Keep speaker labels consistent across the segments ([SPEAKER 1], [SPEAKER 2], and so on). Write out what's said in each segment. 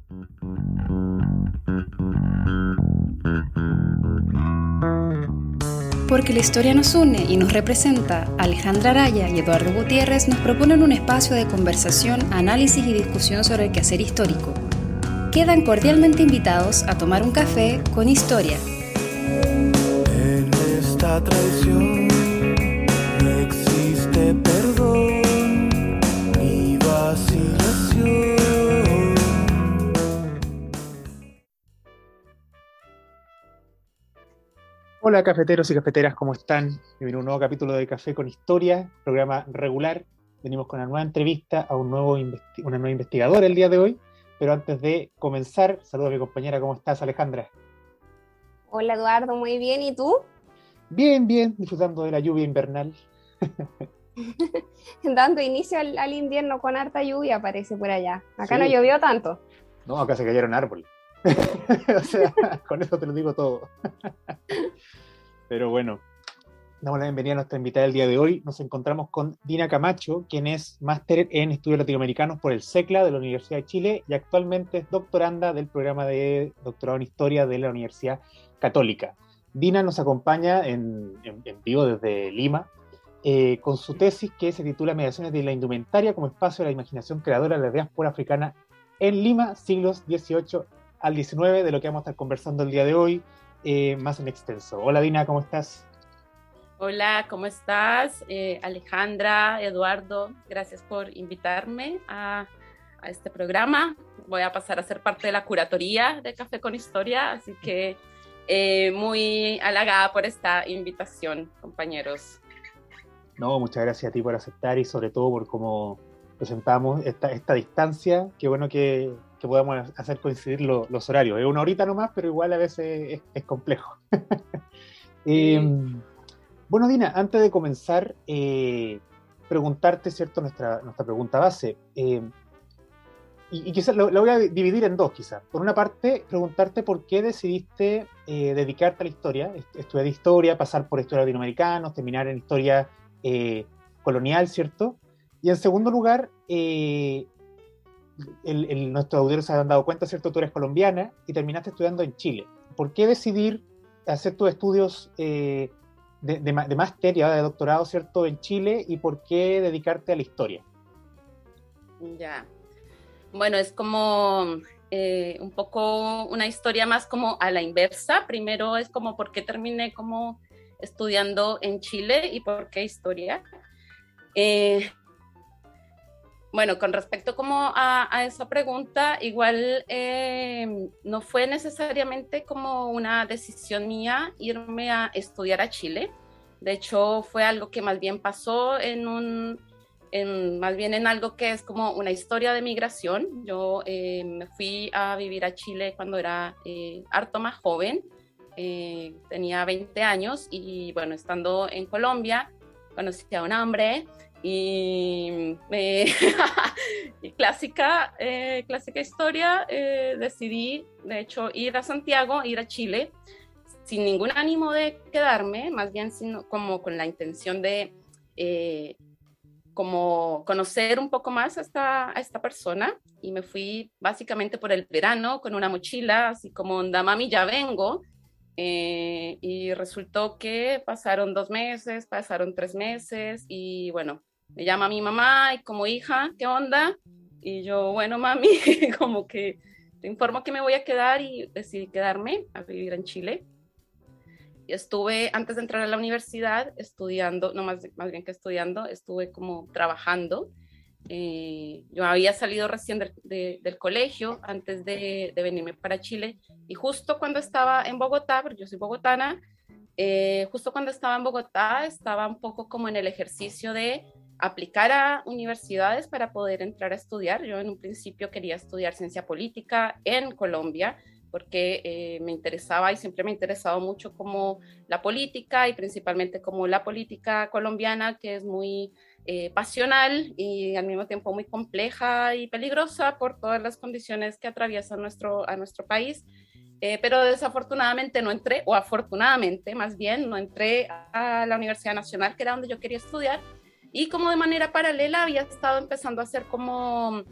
[SPEAKER 1] Porque la historia nos une y nos representa, Alejandra Araya y Eduardo Gutiérrez nos proponen un espacio de conversación, análisis y discusión sobre el quehacer histórico. Quedan cordialmente invitados a tomar un café con historia.
[SPEAKER 2] En esta traición no existe perdón ni vacilación.
[SPEAKER 3] Hola cafeteros y cafeteras, ¿cómo están? Bienvenido a un nuevo capítulo de Café con Historia, programa regular. Venimos con una nueva entrevista a una nueva investigadora el día de hoy, pero antes de comenzar, saludo a mi compañera. ¿Cómo estás, Alejandra?
[SPEAKER 4] Hola Eduardo, muy bien, ¿y tú?
[SPEAKER 3] Bien, disfrutando de la lluvia invernal.
[SPEAKER 4] Dando inicio al invierno con harta lluvia, parece por allá. Acá
[SPEAKER 3] Sí.
[SPEAKER 4] no llovió tanto.
[SPEAKER 3] No, acá se cayeron árboles. O sea, con eso te lo digo todo. Pero bueno, damos la bienvenida a nuestra invitada del día de hoy. Nos encontramos con Dina Camacho, quien es máster en estudios latinoamericanos por el SECLA de la Universidad de Chile y actualmente es doctoranda del programa de doctorado en Historia de la Universidad Católica. Dina nos acompaña en vivo desde Lima con su tesis que se titula Mediaciones de la indumentaria como espacio de la imaginación creadora de la diáspora africana en Lima, siglos XVIII al XIX, de lo que vamos a estar conversando el día de hoy, más en extenso. Hola Dina, ¿cómo estás?
[SPEAKER 5] Hola, ¿cómo estás? Alejandra, Eduardo, gracias por invitarme a este programa. Voy a pasar a ser parte de la curatoría de Café con Historia, así que muy halagada por esta invitación, compañeros.
[SPEAKER 3] No, muchas gracias a ti por aceptar y sobre todo por cómo presentamos esta distancia. Qué bueno que podamos hacer coincidir los horarios. Es una horita nomás, pero igual a veces es complejo. Bueno, Dina, antes de comenzar, preguntarte, ¿cierto? Nuestra pregunta base. Y quizás la voy a dividir en dos, quizás. Por una parte, preguntarte por qué decidiste dedicarte a la historia, estudiar historia, pasar por estudios latinoamericanos, terminar en historia colonial, ¿cierto? Y en segundo lugar, nuestros auditores se han dado cuenta, ¿cierto? Tú eres colombiana y terminaste estudiando en Chile. ¿Por qué decidir hacer tus estudios de máster y ahora de doctorado, ¿cierto? En Chile, y por qué dedicarte a la historia?
[SPEAKER 5] Ya. Bueno, es como un poco una historia más como a la inversa. Primero es como por qué terminé como estudiando en Chile y por qué historia. Bueno, con respecto como a esa pregunta, igual no fue necesariamente como una decisión mía irme a estudiar a Chile. De hecho, fue algo que más bien pasó más bien en algo que es como una historia de migración. Yo me fui a vivir a Chile cuando era harto más joven, tenía 20 años y bueno, estando en Colombia, conocí a un hombre y clásica historia, decidí de hecho ir a Santiago, ir a Chile, sin ningún ánimo de quedarme, más bien como con la intención de como conocer un poco más a esta persona, y me fui básicamente por el verano con una mochila, así como onda, mami, ya vengo. Y resultó que pasaron 2 meses, pasaron 3 meses, y bueno, me llama mi mamá y como hija, ¿qué onda? Y yo, bueno, mami, como que te informo que me voy a quedar, y decidí quedarme a vivir en Chile. Y estuve, antes de entrar a la universidad, estudiando, no más bien que estudiando, estuve como trabajando. Yo había salido recién del colegio antes de venirme para Chile, y justo cuando estaba en Bogotá, porque yo soy bogotana, justo cuando estaba en Bogotá estaba un poco como en el ejercicio de aplicar a universidades para poder entrar a estudiar. Yo en un principio quería estudiar ciencia política en Colombia, porque me interesaba y siempre me ha interesado mucho como la política, y principalmente como la política colombiana, que es muy pasional y al mismo tiempo muy compleja y peligrosa por todas las condiciones que atraviesan a nuestro país. Pero desafortunadamente no entré, o afortunadamente más bien, no entré a la Universidad Nacional, que era donde yo quería estudiar, y como de manera paralela había estado empezando a hacer como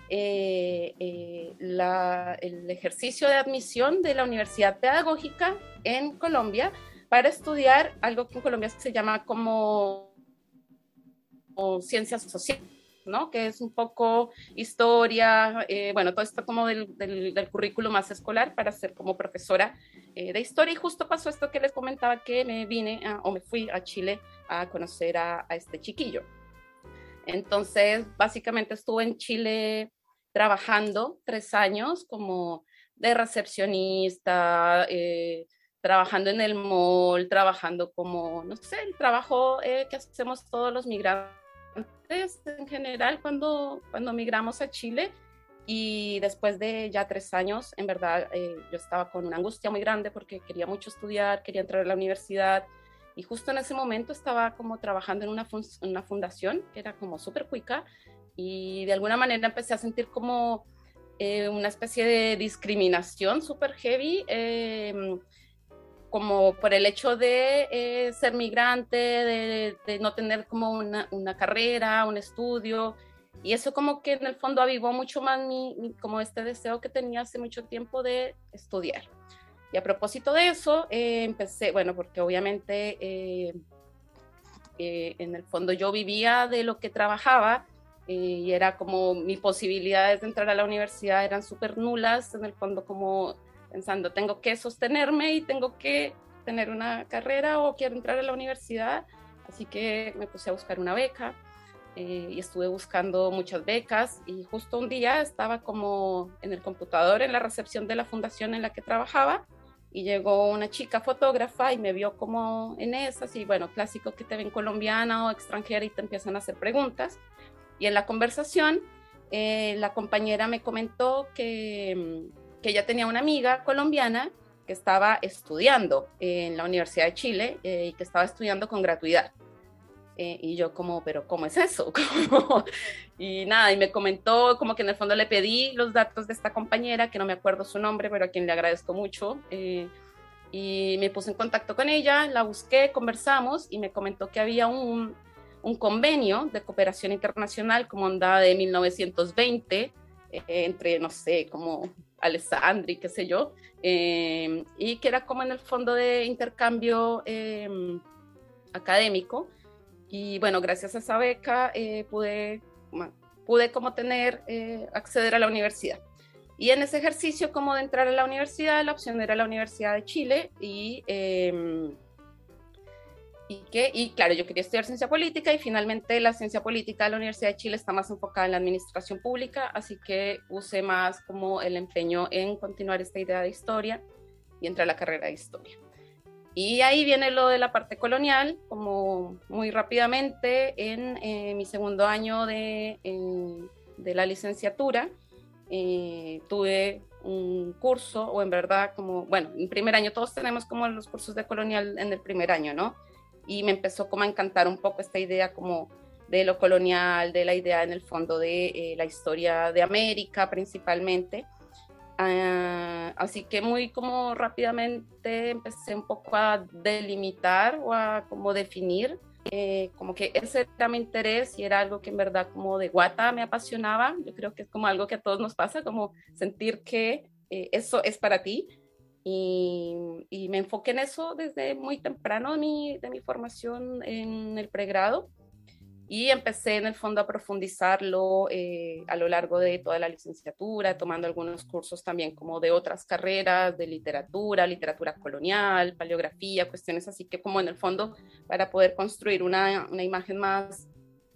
[SPEAKER 5] el ejercicio de admisión de la Universidad Pedagógica en Colombia para estudiar algo que en Colombia se llama como ciencias sociales, ¿no? Que es un poco historia, bueno, todo esto como del currículo más escolar para ser como profesora de historia. Y justo pasó esto que les comentaba, que me fui a Chile a conocer a este chiquillo. Entonces, básicamente estuve en Chile trabajando 3 años como de recepcionista, trabajando en el mall, trabajando como, no sé, el trabajo que hacemos todos los migrantes en general cuando migramos a Chile. Y después de ya 3 años, en verdad, yo estaba con una angustia muy grande porque quería mucho estudiar, quería entrar a la universidad. Y justo en ese momento estaba como trabajando en una fundación que era como súper cuica, y de alguna manera empecé a sentir como una especie de discriminación súper heavy, como por el hecho de ser migrante, de no tener como una carrera, un estudio. Y eso como que en el fondo avivó mucho más como este deseo que tenía hace mucho tiempo de estudiar. Y a propósito de eso, empecé, bueno, porque obviamente en el fondo yo vivía de lo que trabajaba, y era como mis posibilidades de entrar a la universidad eran súper nulas, en el fondo como pensando, tengo que sostenerme y tengo que tener una carrera o quiero entrar a la universidad. Así que me puse a buscar una beca, y estuve buscando muchas becas, y justo un día estaba como en el computador en la recepción de la fundación en la que trabajaba, y llegó una chica fotógrafa y me vio como en esas, y bueno, clásico que te ven colombiana o extranjera y te empiezan a hacer preguntas. Y en la conversación, la compañera me comentó que ella tenía una amiga colombiana que estaba estudiando en la Universidad de Chile, y que estaba estudiando con gratuidad. Y yo como, pero ¿cómo es eso? Y nada, y me comentó como que en el fondo le pedí los datos de esta compañera, que no me acuerdo su nombre, pero a quien le agradezco mucho, y me puse en contacto con ella, la busqué, conversamos, y me comentó que había un convenio de cooperación internacional como onda de 1920, entre, no sé, como Alessandri, qué sé yo, y que era como en el fondo de intercambio académico. Y bueno, gracias a esa beca pude como acceder a la universidad. Y en ese ejercicio como de entrar a la universidad, la opción era la Universidad de Chile, y claro, yo quería estudiar ciencia política, y finalmente la ciencia política de la Universidad de Chile está más enfocada en la administración pública, así que puse más como el empeño en continuar esta idea de historia y entrar a la carrera de historia. Y ahí viene lo de la parte colonial, como muy rápidamente, en mi segundo año de la licenciatura, tuve un curso, o en verdad, como, bueno, en primer año todos tenemos como los cursos de colonial en el primer año, ¿no? Y me empezó como a encantar un poco esta idea como de lo colonial, de la idea en el fondo de la historia de América principalmente. Así que muy como rápidamente empecé un poco a delimitar o a como definir, como que ese era mi interés, y era algo que en verdad como de guata me apasionaba. Yo creo que es como algo que a todos nos pasa, como sentir que eso es para ti, y me enfoqué en eso desde muy temprano de mi formación en el pregrado. Y empecé en el fondo a profundizarlo a lo largo de toda la licenciatura, tomando algunos cursos también como de otras carreras, de literatura colonial, paleografía, cuestiones así, que como en el fondo para poder construir una imagen más,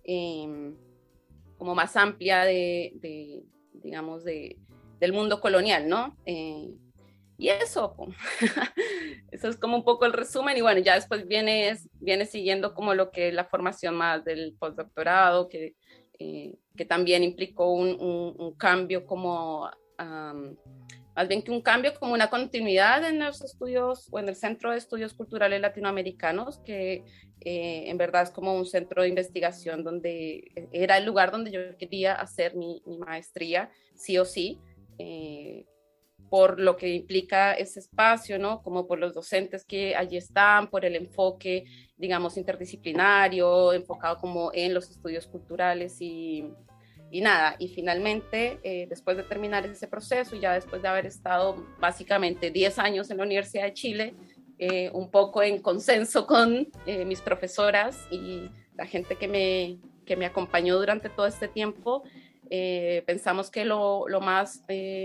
[SPEAKER 5] como más amplia digamos, del mundo colonial, ¿no? Y eso, eso es como un poco el resumen. Y bueno, ya después viene siguiendo como lo que es la formación más del postdoctorado, que también implicó un cambio como, más bien que un cambio, como una continuidad en los estudios, o en el Centro de Estudios Culturales Latinoamericanos, que en verdad es como un centro de investigación donde era el lugar donde yo quería hacer mi maestría, sí o sí, por lo que implica ese espacio, ¿no? Como por los docentes que allí están, por el enfoque, digamos, interdisciplinario, enfocado como en los estudios culturales y nada, y finalmente, después de terminar ese proceso, y ya después de haber estado básicamente 10 años en la Universidad de Chile, un poco en consenso con mis profesoras y la gente que me acompañó durante todo este tiempo, pensamos que lo más,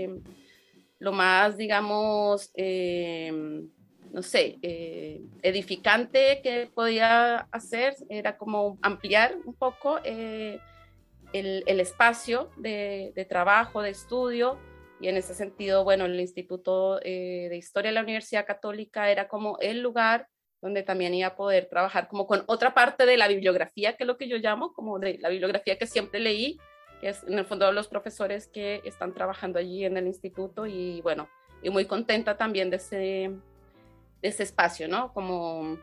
[SPEAKER 5] digamos, no sé, edificante que podía hacer era como ampliar un poco el espacio de trabajo, de estudio, y en ese sentido, bueno, el Instituto de Historia de la Universidad Católica era como el lugar donde también iba a poder trabajar como con otra parte de la bibliografía, que es lo que yo llamo como de la bibliografía que siempre leí, que es en el fondo los profesores que están trabajando allí en el instituto, y bueno, y muy contenta también de ese espacio, ¿no? Como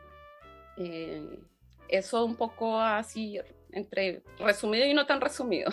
[SPEAKER 5] eso un poco así, entre resumido y no tan resumido.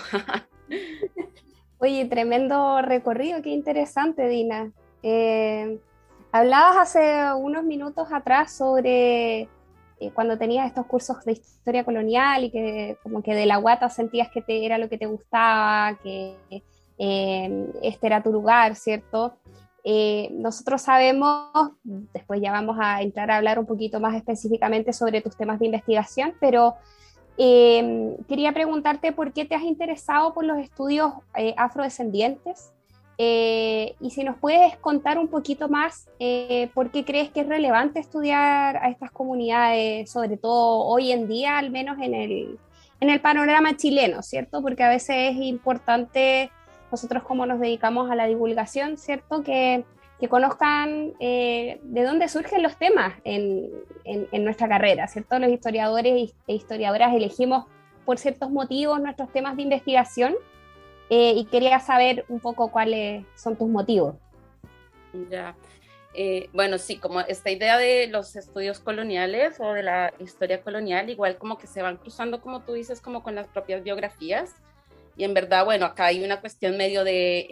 [SPEAKER 4] Oye, tremendo recorrido, qué interesante, Dina. Hablabas hace unos minutos atrás sobre cuando tenías estos cursos de historia colonial y que como que de la guata sentías que era lo que te gustaba, que este era tu lugar, ¿cierto? Nosotros sabemos, después ya vamos a entrar a hablar un poquito más específicamente sobre tus temas de investigación, pero quería preguntarte por qué te has interesado por los estudios afrodescendientes, y si nos puedes contar un poquito más por qué crees que es relevante estudiar a estas comunidades, sobre todo hoy en día, al menos en el panorama chileno, ¿cierto? Porque a veces es importante, nosotros como nos dedicamos a la divulgación, ¿cierto? Que conozcan de dónde surgen los temas en nuestra carrera, ¿cierto? Los historiadores e historiadoras elegimos por ciertos motivos nuestros temas de investigación, y quería saber un poco cuáles son tus motivos.
[SPEAKER 5] Ya. Bueno, sí, como esta idea de los estudios coloniales o de la historia colonial, igual como que se van cruzando, como tú dices, como con las propias biografías, y en verdad, bueno, acá hay una cuestión medio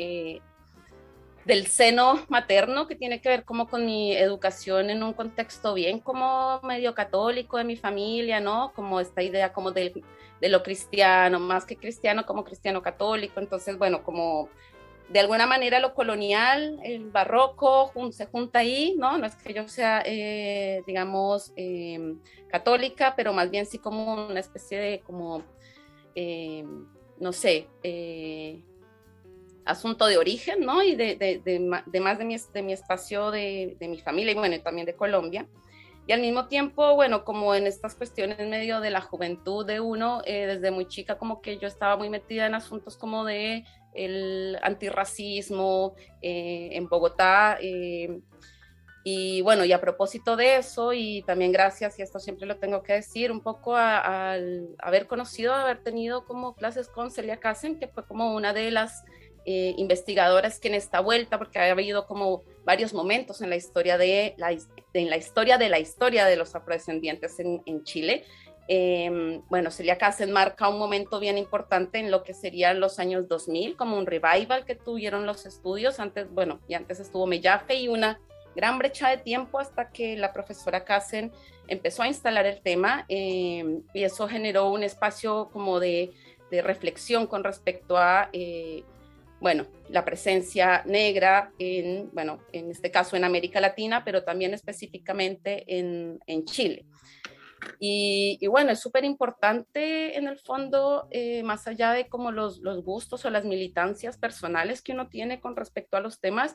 [SPEAKER 5] del seno materno que tiene que ver como con mi educación en un contexto bien como medio católico de mi familia, ¿no? Como esta idea como de lo cristiano, más que cristiano, como cristiano católico. Entonces, bueno, como de alguna manera lo colonial, el barroco, se junta ahí, ¿no? No es que yo sea, digamos, católica, pero más bien sí como una especie de como, no sé, asunto de origen, ¿no? Y de más de mi espacio de mi familia y bueno, y también de Colombia. Y al mismo tiempo, bueno, como en estas cuestiones medio de la juventud de uno, desde muy chica como que yo estaba muy metida en asuntos como de el antirracismo en Bogotá, y bueno, y a propósito de eso, y también gracias, y esto siempre lo tengo que decir, un poco al haber conocido, haber tenido como clases con Celia Kassen, que fue como una de las investigadoras que en esta vuelta, porque había habido como varios momentos en la historia de la historia de los afrodescendientes en Chile. Bueno, Celia Kassen marca un momento bien importante en lo que serían los años 2000, como un revival que tuvieron los estudios. Antes, bueno, y antes estuvo Mellafe, y una gran brecha de tiempo hasta que la profesora Kassen empezó a instalar el tema, y eso generó un espacio como de reflexión con respecto a bueno, la presencia negra bueno, en este caso en América Latina, pero también específicamente en Chile. Y bueno, es súper importante en el fondo, más allá de como los gustos o las militancias personales que uno tiene con respecto a los temas,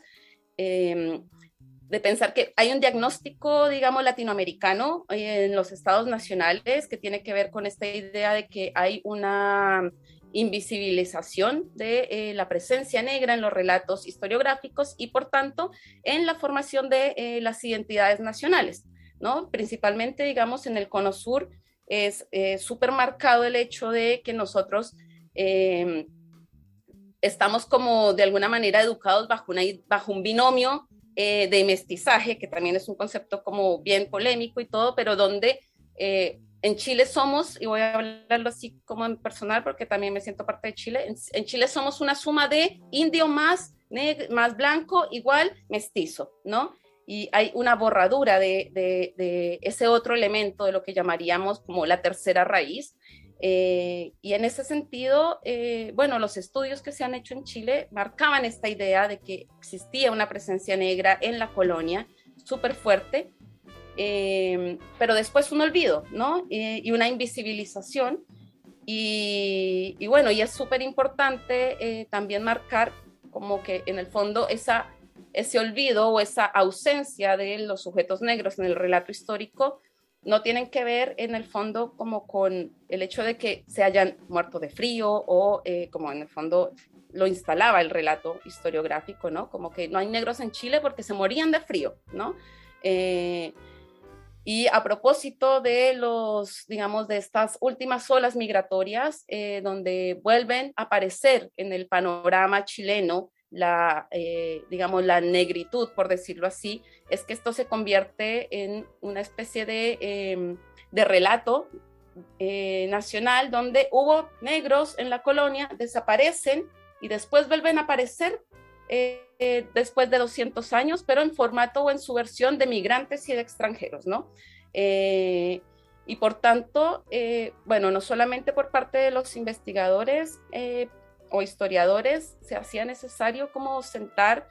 [SPEAKER 5] de pensar que hay un diagnóstico, digamos, latinoamericano en los estados nacionales que tiene que ver con esta idea de que hay una invisibilización de la presencia negra en los relatos historiográficos y, por tanto, en la formación de las identidades nacionales, ¿no? Principalmente, digamos, en el Cono Sur es súper marcado el hecho de que nosotros estamos como de alguna manera educados bajo un binomio de mestizaje, que también es un concepto como bien polémico y todo, pero donde en Chile somos, y voy a hablarlo así como en personal porque también me siento parte de Chile, en Chile somos una suma de indio más blanco igual mestizo, ¿no? Y hay una borradura de ese otro elemento de lo que llamaríamos como la tercera raíz, Y en ese sentido, bueno, los estudios que se han hecho en Chile marcaban esta idea de que existía una presencia negra en la colonia súper fuerte, pero después un olvido, ¿no? Y una invisibilización. Y bueno, y es súper importante también marcar como que en el fondo ese olvido o esa ausencia de los sujetos negros en el relato histórico no tienen que ver en el fondo como con el hecho de que se hayan muerto de frío o como en el fondo lo instalaba el relato historiográfico, ¿no? Como que no hay negros en Chile porque se morían de frío, ¿no? Y a propósito de digamos, de estas últimas olas migratorias, donde vuelven a aparecer en el panorama chileno digamos, la negritud, por decirlo así, es que esto se convierte en una especie de relato nacional donde hubo negros en la colonia, desaparecen y después vuelven a aparecer después de 200 años, pero en formato o en su versión de migrantes y de extranjeros, ¿no? Y por tanto, bueno, no solamente por parte de los investigadores o historiadores se hacía necesario como sentar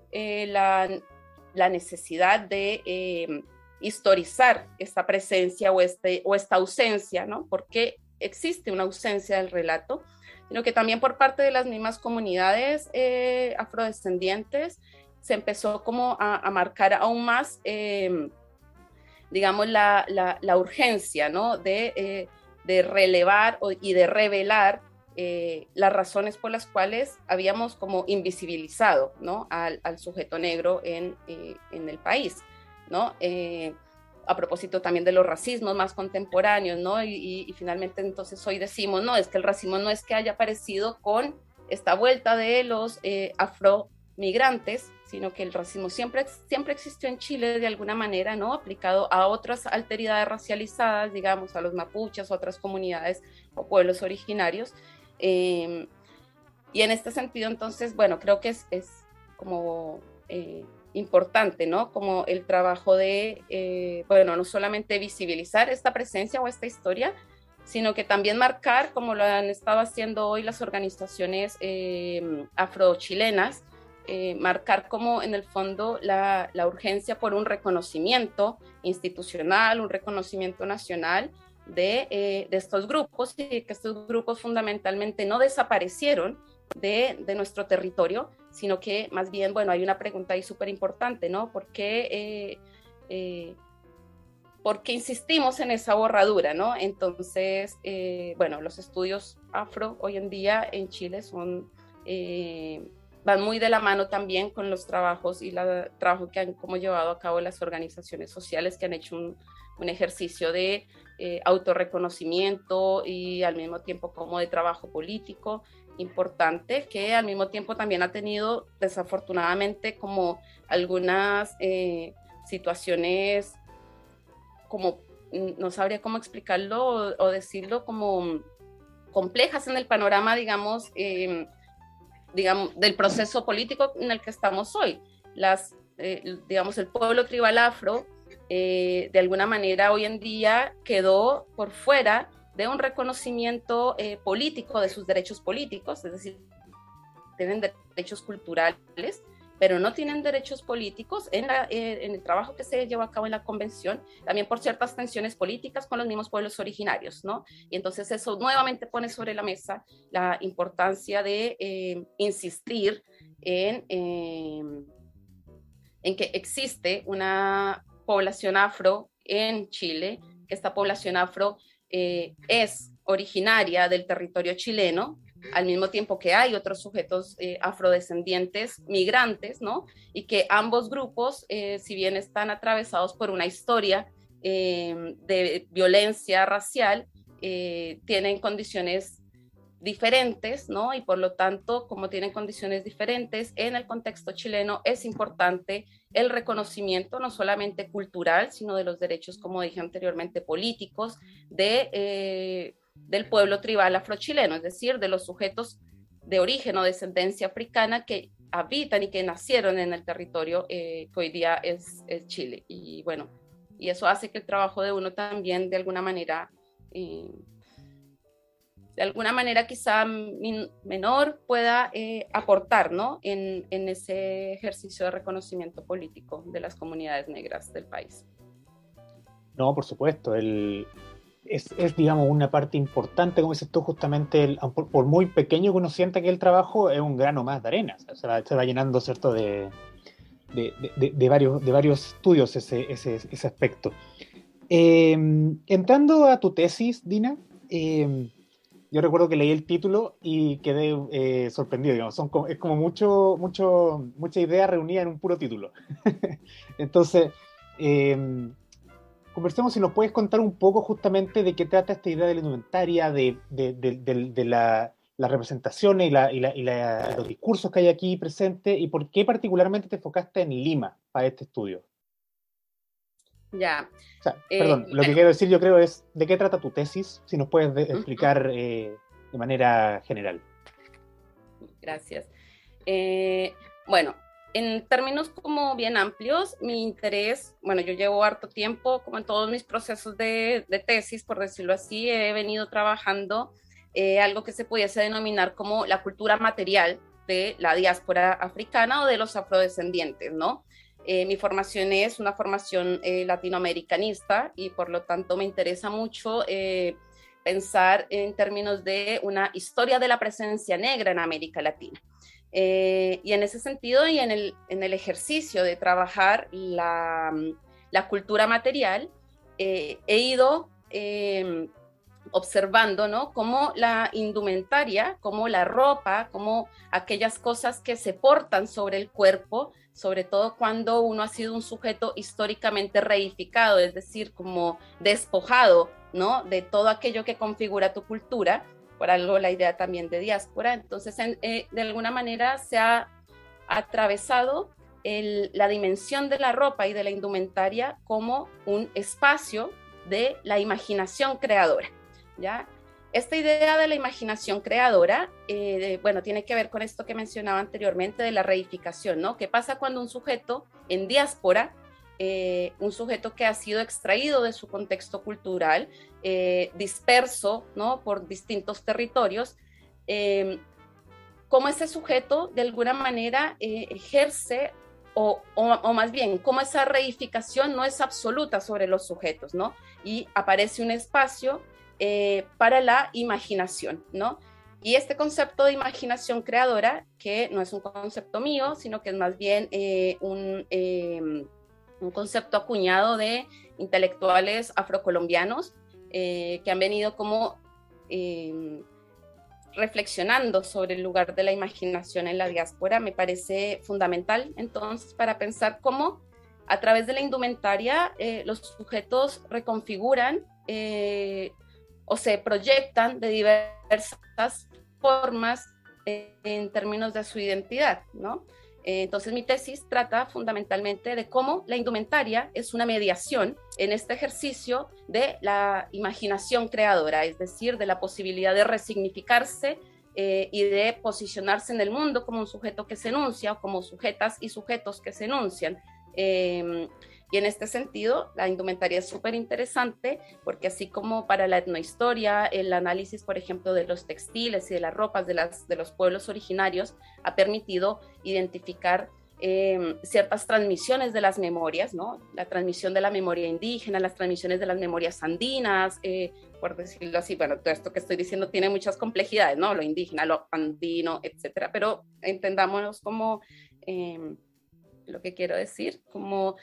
[SPEAKER 5] la necesidad de historizar esta presencia o esta ausencia, ¿no? Porque existe una ausencia del relato, sino que también por parte de las mismas comunidades afrodescendientes se empezó como a marcar aún más, digamos, la urgencia, ¿no? de relevar y de revelar las razones por las cuales habíamos como invisibilizado, ¿no? al sujeto negro en el país, ¿no? A propósito también de los racismos más contemporáneos, ¿no? Y finalmente entonces hoy decimos, no, es que el racismo no es que haya aparecido con esta vuelta de los afromigrantes, sino que el racismo siempre existió en Chile de alguna manera, ¿no? Aplicado a otras alteridades racializadas, digamos, a los mapuches, otras comunidades o pueblos originarios. Y en este sentido, entonces, bueno, creo que es como importante, ¿no? Como el trabajo de, bueno, no solamente visibilizar esta presencia o esta historia, sino que también marcar, como lo han estado haciendo hoy las organizaciones afrochilenas, marcar como en el fondo la urgencia por un reconocimiento institucional, un reconocimiento nacional de estos grupos, y que estos grupos fundamentalmente no desaparecieron de nuestro territorio, sino que más bien, bueno, hay una pregunta ahí súper importante, ¿no? ¿Por qué insistimos en esa borradura, ¿no? Entonces, bueno, los estudios afro hoy en día en Chile van muy de la mano también con los trabajos y el trabajo que han como llevado a cabo las organizaciones sociales que han hecho un ejercicio de autorreconocimiento y al mismo tiempo como de trabajo político importante, que al mismo tiempo también ha tenido desafortunadamente como algunas situaciones como, no sabría cómo explicarlo o decirlo, como complejas en el panorama, digamos, del proceso político en el que estamos hoy. Digamos, el pueblo tribal afro, de alguna manera hoy en día quedó por fuera de un reconocimiento político de sus derechos políticos, es decir, tienen derechos culturales, pero no tienen derechos políticos en el trabajo que se llevó a cabo en la convención, también por ciertas tensiones políticas con los mismos pueblos originarios, ¿no? Y entonces eso nuevamente pone sobre la mesa la importancia de insistir en que existe una población afro en Chile, que esta población afro es originaria del territorio chileno, al mismo tiempo que hay otros sujetos afrodescendientes migrantes, ¿no? Y que ambos grupos, si bien están atravesados por una historia de violencia racial, tienen condiciones diferentes, ¿no? Y por lo tanto, como tienen condiciones diferentes en el contexto chileno, es importante el reconocimiento no solamente cultural, sino de los derechos, como dije anteriormente, políticos del pueblo tribal afrochileno, es decir, de los sujetos de origen o descendencia africana que habitan y que nacieron en el territorio que hoy día es Chile. Y bueno, y eso hace que el trabajo de uno también de alguna manera de alguna manera quizá menor pueda aportar, ¿no? en ese ejercicio de reconocimiento político de las comunidades negras del país.
[SPEAKER 3] No, por supuesto, es, digamos, una parte importante, como dices tú, justamente, por muy pequeño que uno sienta que el trabajo es un grano más de arena, o sea, se va llenando, ¿cierto?, de varios estudios ese aspecto. Entrando a tu tesis, Dina, yo recuerdo que leí el título y quedé sorprendido, digamos, es como mucha idea reunida en un puro título. Entonces, conversemos si nos puedes contar un poco justamente de qué trata esta idea de la indumentaria, de las representaciones y los discursos que hay aquí presentes, y por qué particularmente te enfocaste en Lima para este estudio.
[SPEAKER 5] Ya.
[SPEAKER 3] O sea, perdón, lo que quiero decir yo creo es de qué trata tu tesis, si nos puedes explicar de manera general.
[SPEAKER 5] Gracias. Bueno, en términos como bien amplios, mi interés, bueno, yo llevo harto tiempo, como en todos mis procesos de tesis, por decirlo así, he venido trabajando algo que se pudiese denominar como la cultura material de la diáspora africana o de los afrodescendientes, ¿no? Mi formación es una formación latinoamericanista y por lo tanto me interesa mucho pensar en términos de una historia de la presencia negra en América Latina. Y en ese sentido y en el ejercicio de trabajar la cultura material, he ido observando, ¿no?, cómo la indumentaria, cómo la ropa, cómo aquellas cosas que se portan sobre el cuerpo, sobre todo cuando uno ha sido un sujeto históricamente reificado, es decir, como despojado, ¿no?, de todo aquello que configura tu cultura, por algo la idea también de diáspora. Entonces, de alguna manera se ha atravesado la dimensión de la ropa y de la indumentaria como un espacio de la imaginación creadora, ¿ya? Esta idea de la imaginación creadora, bueno, tiene que ver con esto que mencionaba anteriormente de la reificación, ¿no? ¿Qué pasa cuando un sujeto en diáspora, un sujeto que ha sido extraído de su contexto cultural, disperso, ¿no?, por distintos territorios, cómo ese sujeto de alguna manera ejerce o más bien, cómo esa reificación no es absoluta sobre los sujetos, ¿no? Y aparece un espacio para la imaginación, ¿no? Y este concepto de imaginación creadora, que no es un concepto mío, sino que es más bien un concepto acuñado de intelectuales afrocolombianos que han venido como reflexionando sobre el lugar de la imaginación en la diáspora, me parece fundamental entonces para pensar cómo a través de la indumentaria los sujetos reconfiguran o se proyectan de diversas formas en términos de su identidad, ¿no? Entonces mi tesis trata fundamentalmente de cómo la indumentaria es una mediación en este ejercicio de la imaginación creadora, es decir, de la posibilidad de resignificarse y de posicionarse en el mundo como un sujeto que se enuncia o como sujetas y sujetos que se enuncian. Y en este sentido, la indumentaria es súper interesante porque así como para la etnohistoria, el análisis, por ejemplo, de los textiles y de las ropas de los pueblos originarios ha permitido identificar ciertas transmisiones de las memorias, ¿no? La transmisión de la memoria indígena, las transmisiones de las memorias andinas, por decirlo así. Bueno, todo esto que estoy diciendo tiene muchas complejidades, ¿no? Lo indígena, lo andino, etcétera, pero entendámonos como lo que quiero decir, como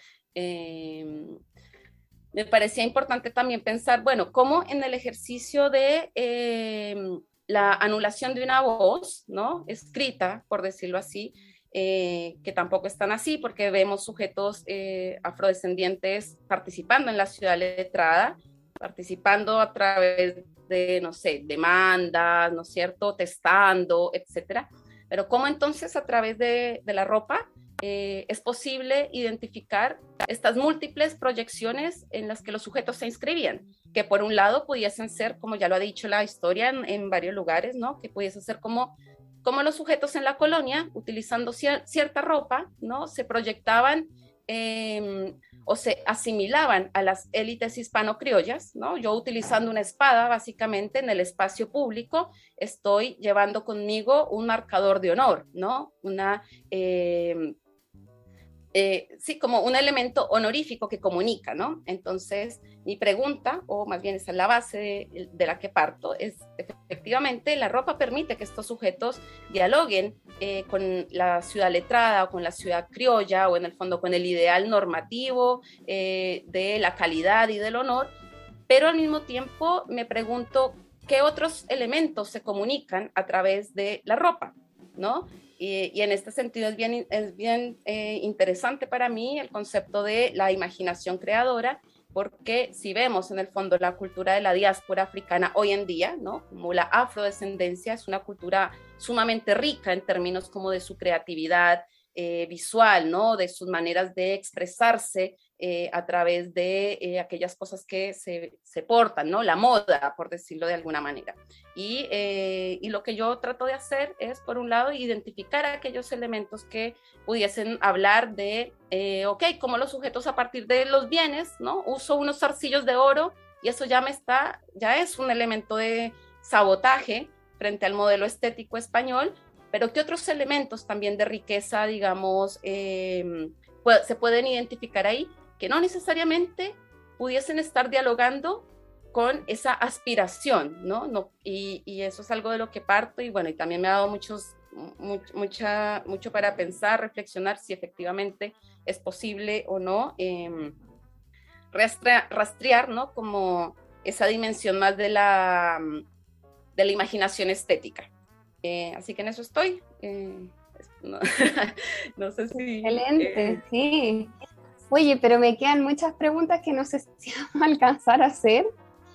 [SPEAKER 5] me parecía importante también pensar, bueno, cómo en el ejercicio de la anulación de una voz, ¿no?, escrita, por decirlo así, que tampoco están así, porque vemos sujetos afrodescendientes participando en la ciudad letrada, participando a través de, no sé, demandas, ¿no es cierto?, testando, etcétera. Pero cómo entonces a través de la ropa es posible identificar estas múltiples proyecciones en las que los sujetos se inscribían, que por un lado pudiesen ser, como ya lo ha dicho la historia en varios lugares, ¿no?, que pudiese ser como los sujetos en la colonia, utilizando cierta ropa, ¿no?, se proyectaban o se asimilaban a las élites hispano-criollas, ¿no? Yo utilizando una espada, básicamente, en el espacio público, estoy llevando conmigo un marcador de honor, ¿no? Sí, como un elemento honorífico que comunica, ¿no? Entonces, mi pregunta, o más bien esa es la base de la que parto, es efectivamente la ropa permite que estos sujetos dialoguen con la ciudad letrada o con la ciudad criolla o en el fondo con el ideal normativo de la calidad y del honor, pero al mismo tiempo me pregunto qué otros elementos se comunican a través de la ropa, ¿no? Y en este sentido es bien interesante para mí el concepto de la imaginación creadora, porque si vemos en el fondo la cultura de la diáspora africana hoy en día, ¿no? Como la afrodescendencia es una cultura sumamente rica en términos como de su creatividad visual, ¿no? De sus maneras de expresarse a través de aquellas cosas que se portan, ¿no? La moda, por decirlo de alguna manera. Y lo que yo trato de hacer es, por un lado, identificar aquellos elementos que pudiesen hablar de, ok, como los sujetos a partir de los bienes, ¿no? Uso unos zarcillos de oro y eso ya es un elemento de sabotaje frente al modelo estético español, pero ¿qué otros elementos también de riqueza, digamos, se pueden identificar ahí que no necesariamente pudiesen estar dialogando con esa aspiración, ¿no? Y eso es algo de lo que parto y bueno, y también me ha dado mucho para pensar, reflexionar si efectivamente es posible o no rastrear, ¿no? Como esa dimensión más de la imaginación estética. Así que en eso estoy. No sé si...
[SPEAKER 4] Excelente, sí. Oye, pero me quedan muchas preguntas que no sé si vamos a alcanzar a hacer.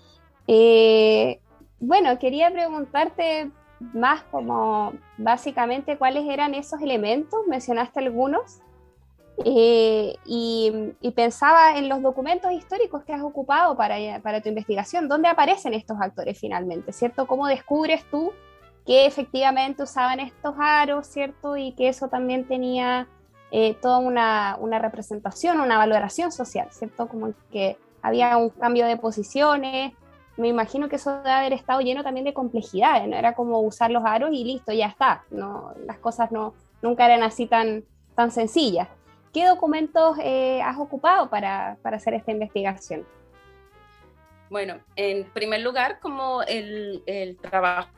[SPEAKER 4] Bueno, quería preguntarte más como básicamente cuáles eran esos elementos, mencionaste algunos, y pensaba en los documentos históricos que has ocupado para tu investigación, ¿dónde aparecen estos actores finalmente, cierto? ¿Cómo descubres tú que efectivamente usaban estos aros, cierto? Y que eso también tenía toda una representación, una valoración social, cierto? Como que había un cambio de posiciones. Me imagino que eso debe haber estado lleno también de complejidades, no era como usar los aros y listo, ya está, no, las cosas nunca eran así tan sencillas. ¿Qué documentos has ocupado para hacer esta investigación?
[SPEAKER 5] Bueno, en primer lugar, como el trabajo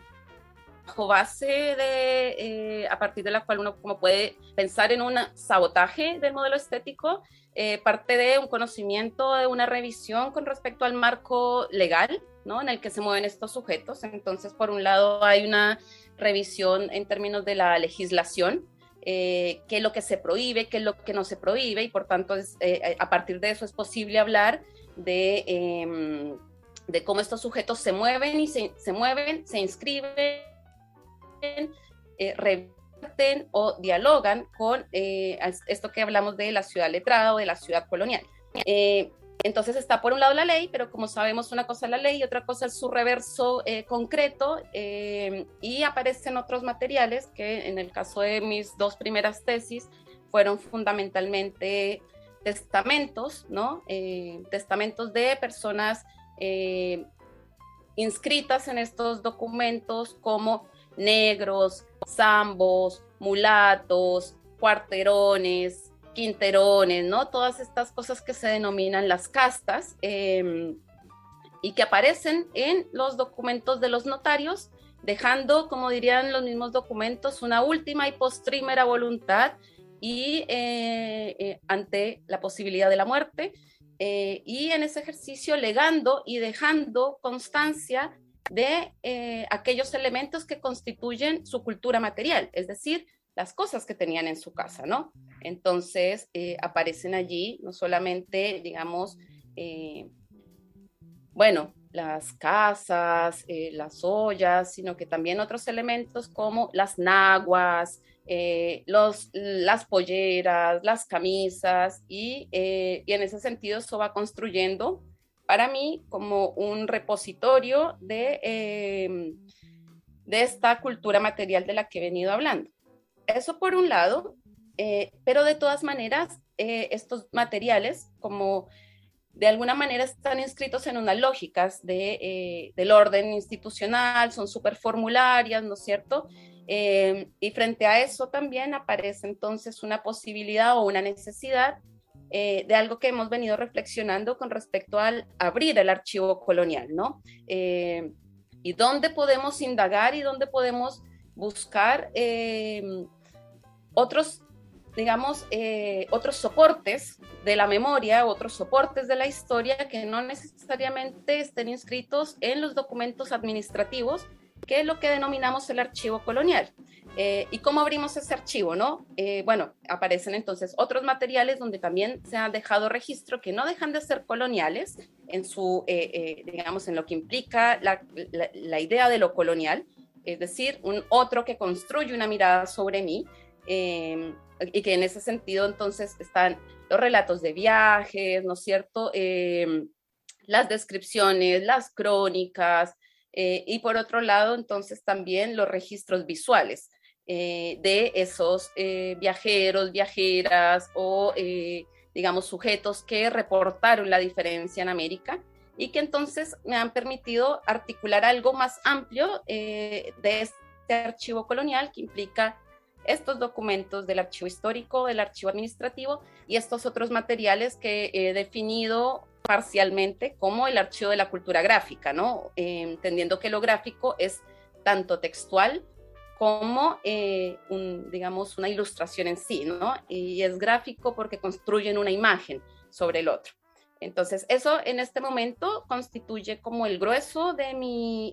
[SPEAKER 5] base a partir de la cual uno como puede pensar en un sabotaje del modelo estético, parte de un conocimiento, de una revisión con respecto al marco legal, ¿no? En el que se mueven estos sujetos. Entonces, por un lado, hay una revisión en términos de la legislación, qué es lo que se prohíbe, qué es lo que no se prohíbe, y por tanto, a partir de eso es posible hablar de cómo estos sujetos se mueven, se inscriben, revierten o dialogan con esto que hablamos de la ciudad letrada o de la ciudad colonial. Entonces está por un lado la ley, pero como sabemos una cosa es la ley y otra cosa es su reverso concreto, y aparecen otros materiales que en el caso de mis dos primeras tesis fueron fundamentalmente testamentos, ¿no? Testamentos de personas inscritas en estos documentos como negros, zambos, mulatos, cuarterones, quinterones, ¿no? Todas estas cosas que se denominan las castas y que aparecen en los documentos de los notarios, dejando, como dirían los mismos documentos, una última y postrímera voluntad y ante la posibilidad de la muerte, y en ese ejercicio legando y dejando constancia de aquellos elementos que constituyen su cultura material, es decir, las cosas que tenían en su casa, ¿no? Entonces aparecen allí no solamente, digamos, bueno, las casas, las ollas, sino que también otros elementos como las naguas, las polleras, las camisas, y en ese sentido eso va construyendo para mí como un repositorio de esta cultura material de la que he venido hablando. Eso por un lado. pero de todas maneras, estos materiales, como de alguna manera están inscritos en unas lógicas del orden institucional, son súper formularias, ¿no es cierto? Y frente a eso también aparece entonces una posibilidad o una necesidad de algo que hemos venido reflexionando con respecto al abrir el archivo colonial, ¿no? Y dónde podemos indagar y dónde podemos buscar otros, digamos, otros soportes de la memoria, otros soportes de la historia que no necesariamente estén inscritos en los documentos administrativos, que es lo que denominamos el archivo colonial. ¿Y cómo abrimos ese archivo, no? Bueno, aparecen entonces otros materiales donde también se han dejado registro que no dejan de ser coloniales en su, digamos, en lo que implica la idea de lo colonial, es decir, un otro que construye una mirada sobre mí, y que en ese sentido entonces están los relatos de viajes, ¿no es cierto? Las descripciones, las crónicas, y por otro lado entonces también los registros visuales de esos viajeros, viajeras o digamos sujetos que reportaron la diferencia en América y que entonces me han permitido articular algo más amplio de este archivo colonial que implica estos documentos del archivo histórico, del archivo administrativo y estos otros materiales que he definido parcialmente como el archivo de la cultura gráfica, ¿no? Entendiendo que lo gráfico es tanto textual como, digamos, una ilustración en sí, ¿no? Y es gráfico porque construyen una imagen sobre el otro. Entonces, eso en este momento constituye como el grueso de mi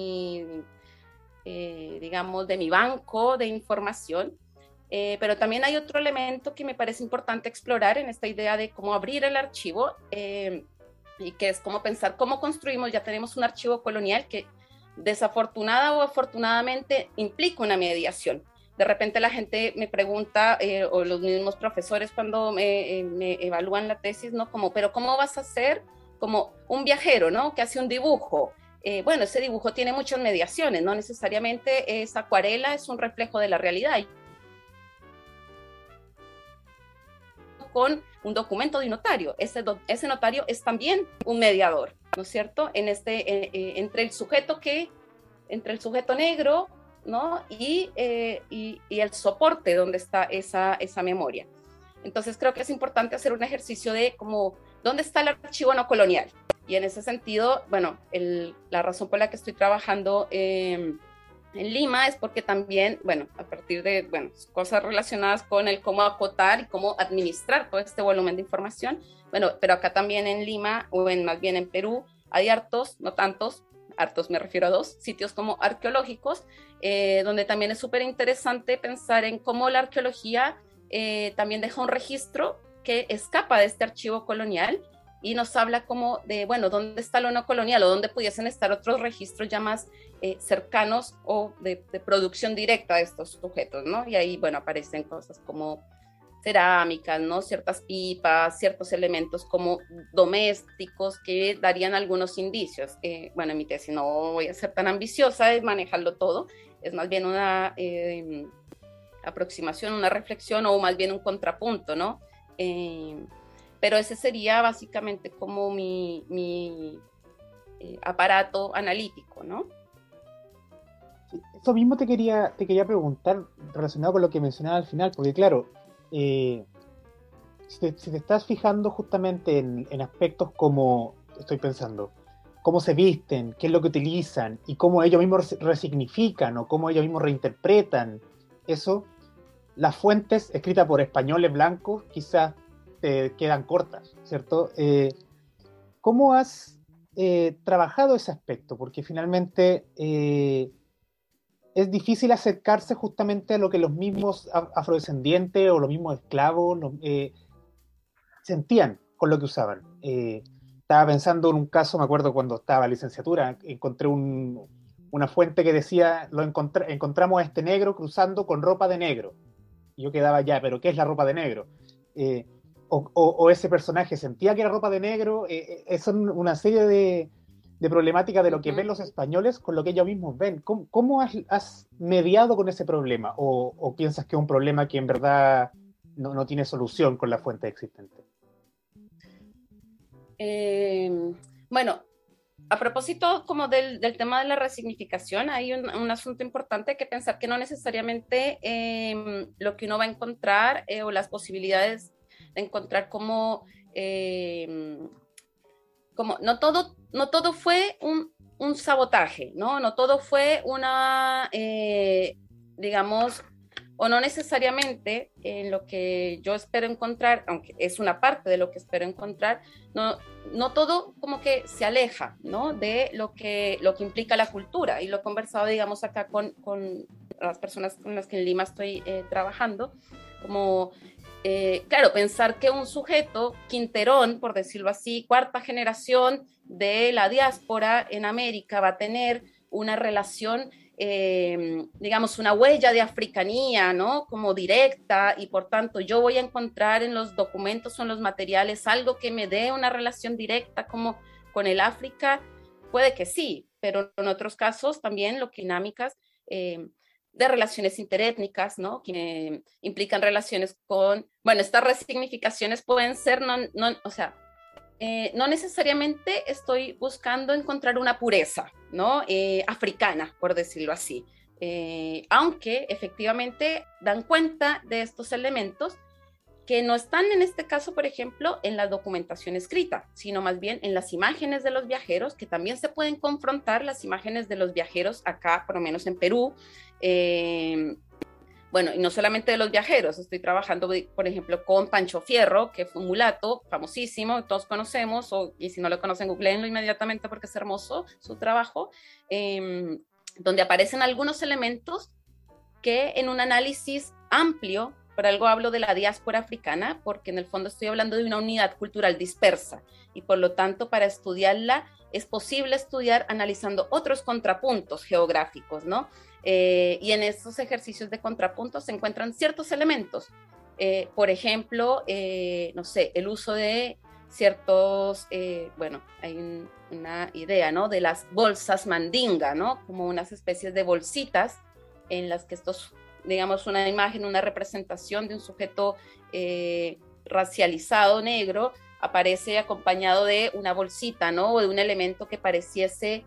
[SPEAKER 5] digamos, de mi banco de información. Pero también hay otro elemento que me parece importante explorar en esta idea de cómo abrir el archivo y que es cómo pensar cómo construimos, ya tenemos un archivo colonial que desafortunada o afortunadamente implica una mediación. De repente la gente me pregunta, o los mismos profesores cuando me evalúan la tesis, ¿no? Como, pero ¿cómo vas a hacer como un viajero, ¿no? Que hace un dibujo. Bueno, ese dibujo tiene muchas mediaciones, no necesariamente esa acuarela es un reflejo de la realidad. Con un documento de un notario, ese notario es también un mediador, ¿no es cierto? En entre el sujeto negro, ¿no? Y el soporte donde está esa memoria. Entonces creo que es importante hacer un ejercicio de como, ¿dónde está el archivo no colonial? Y en ese sentido, bueno, la razón por la que estoy trabajando en Lima es porque también, bueno, a partir de, bueno, cosas relacionadas con el cómo acotar y cómo administrar todo este volumen de información, bueno, pero acá también en Lima, o más bien en Perú, hay hartos, no tantos, hartos me refiero a 2, sitios como arqueológicos, donde también es súper interesante pensar en cómo la arqueología también deja un registro que escapa de este archivo colonial y nos habla como de, bueno, ¿dónde está lo no colonial o dónde pudiesen estar otros registros ya más cercanos o de producción directa de estos sujetos, ¿no? Y ahí, bueno, aparecen cosas como cerámicas, ¿no? Ciertas pipas, ciertos elementos como domésticos que darían algunos indicios. Bueno, en mi tesis no voy a ser tan ambiciosa de manejarlo todo, es más bien una aproximación, una reflexión o más bien un contrapunto, ¿no? Pero ese sería básicamente como mi aparato analítico, ¿no?
[SPEAKER 3] Eso mismo te quería preguntar relacionado con lo que mencionaba al final, porque claro, si te estás fijando justamente en aspectos como, estoy pensando, cómo se visten, qué es lo que utilizan y cómo ellos mismos resignifican o cómo ellos mismos reinterpretan eso, las fuentes escritas por españoles blancos quizás te quedan cortas, ¿cierto? ¿Cómo has trabajado ese aspecto? Porque finalmente es difícil acercarse justamente a lo que los mismos afrodescendientes o los mismos esclavos sentían con lo que usaban. Estaba pensando en un caso, me acuerdo cuando estaba en licenciatura, encontré una fuente que decía, encontramos a este negro cruzando con ropa de negro. Y yo quedaba ya, ¿pero qué es la ropa de negro? O ese personaje sentía que era ropa de negro. Son una serie de problemáticas de lo que ven los españoles con lo que ellos mismos ven. ¿Cómo has mediado con ese problema? ¿O piensas que es un problema que en verdad no tiene solución con la fuente existente.
[SPEAKER 5] Bueno, a propósito como del tema de la resignificación, hay un asunto importante que pensar que no necesariamente lo que uno va a encontrar o las posibilidades de encontrar como no todo fue un sabotaje, ¿no? No todo fue una, digamos, o no necesariamente lo que yo espero encontrar, aunque es una parte de lo que espero encontrar, no todo como que se aleja, ¿no? De lo que implica la cultura. Y lo he conversado, digamos, acá con las personas con las que en Lima estoy trabajando, como, claro, pensar que un sujeto quinterón, por decirlo así, cuarta generación de la diáspora en América, va a tener una relación, digamos, una huella de africanía, ¿no? Como directa, y por tanto yo voy a encontrar en los documentos o en los materiales algo que me dé una relación directa como con el África. Puede que sí, pero en otros casos también lo que dinámicas de relaciones interétnicas, ¿no? Que implican relaciones con, bueno, estas resignificaciones pueden ser, o sea, no necesariamente estoy buscando encontrar una pureza, ¿no? Africana, por decirlo así. Aunque efectivamente dan cuenta de estos elementos que no están en este caso, por ejemplo, en la documentación escrita, sino más bien en las imágenes de los viajeros, que también se pueden confrontar las imágenes de los viajeros acá, por lo menos en Perú. Bueno, y no solamente de los viajeros, estoy trabajando, por ejemplo, con Pancho Fierro, que fue un mulato famosísimo, todos conocemos, y si no lo conocen, googleenlo inmediatamente porque es hermoso su trabajo, donde aparecen algunos elementos que en un análisis amplio, por algo hablo de la diáspora africana, porque en el fondo estoy hablando de una unidad cultural dispersa, y por lo tanto para estudiarla es posible estudiar analizando otros contrapuntos geográficos, ¿no? Y en estos ejercicios de contrapuntos se encuentran ciertos elementos, por ejemplo, no sé, el uso de ciertos, bueno, hay una idea, ¿no? De las bolsas mandinga, ¿no? Como unas especies de bolsitas en las que estos, digamos, una imagen, una representación de un sujeto racializado negro aparece acompañado de una bolsita, ¿no? O de un elemento que pareciese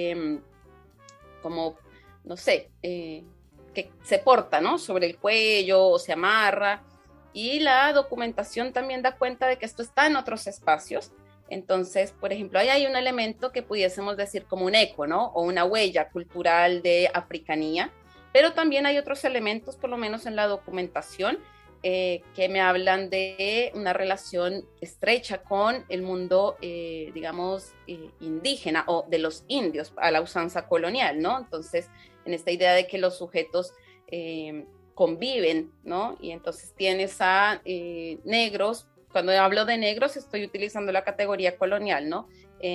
[SPEAKER 5] como, no sé, que se porta, ¿no? Sobre el cuello o se amarra. Y la documentación también da cuenta de que esto está en otros espacios. Entonces, por ejemplo, ahí hay un elemento que pudiésemos decir como un eco, ¿no? O una huella cultural de africanía. Pero también hay otros elementos, por lo menos en la documentación, que me hablan de una relación estrecha con el mundo, digamos, indígena o de los indios a la usanza colonial, ¿no? Entonces, en esta idea de que los sujetos conviven, ¿no? Y entonces tienes a negros, cuando hablo de negros estoy utilizando la categoría colonial, ¿no?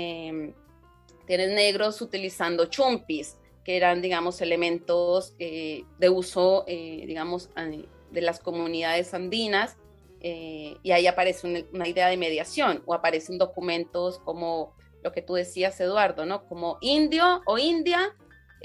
[SPEAKER 5] Tienes negros utilizando chumpis, que eran, digamos, elementos de uso, digamos, de las comunidades andinas, y ahí aparece una idea de mediación, o aparecen documentos como lo que tú decías, Eduardo, ¿no? Como indio o india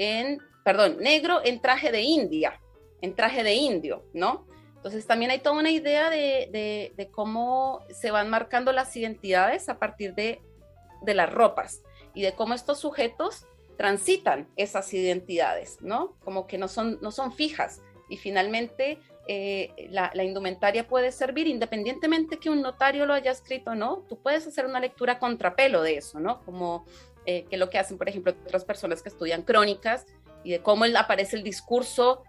[SPEAKER 5] negro en traje de india, en traje de indio, ¿no? Entonces también hay toda una idea de cómo se van marcando las identidades a partir de las ropas, y de cómo estos sujetos transitan esas identidades, ¿no? Como que no son fijas, y finalmente la indumentaria puede servir independientemente que un notario lo haya escrito, ¿no? Tú puedes hacer una lectura contrapelo de eso, ¿no? Como que lo que hacen, por ejemplo, otras personas que estudian crónicas, y de cómo aparece el discurso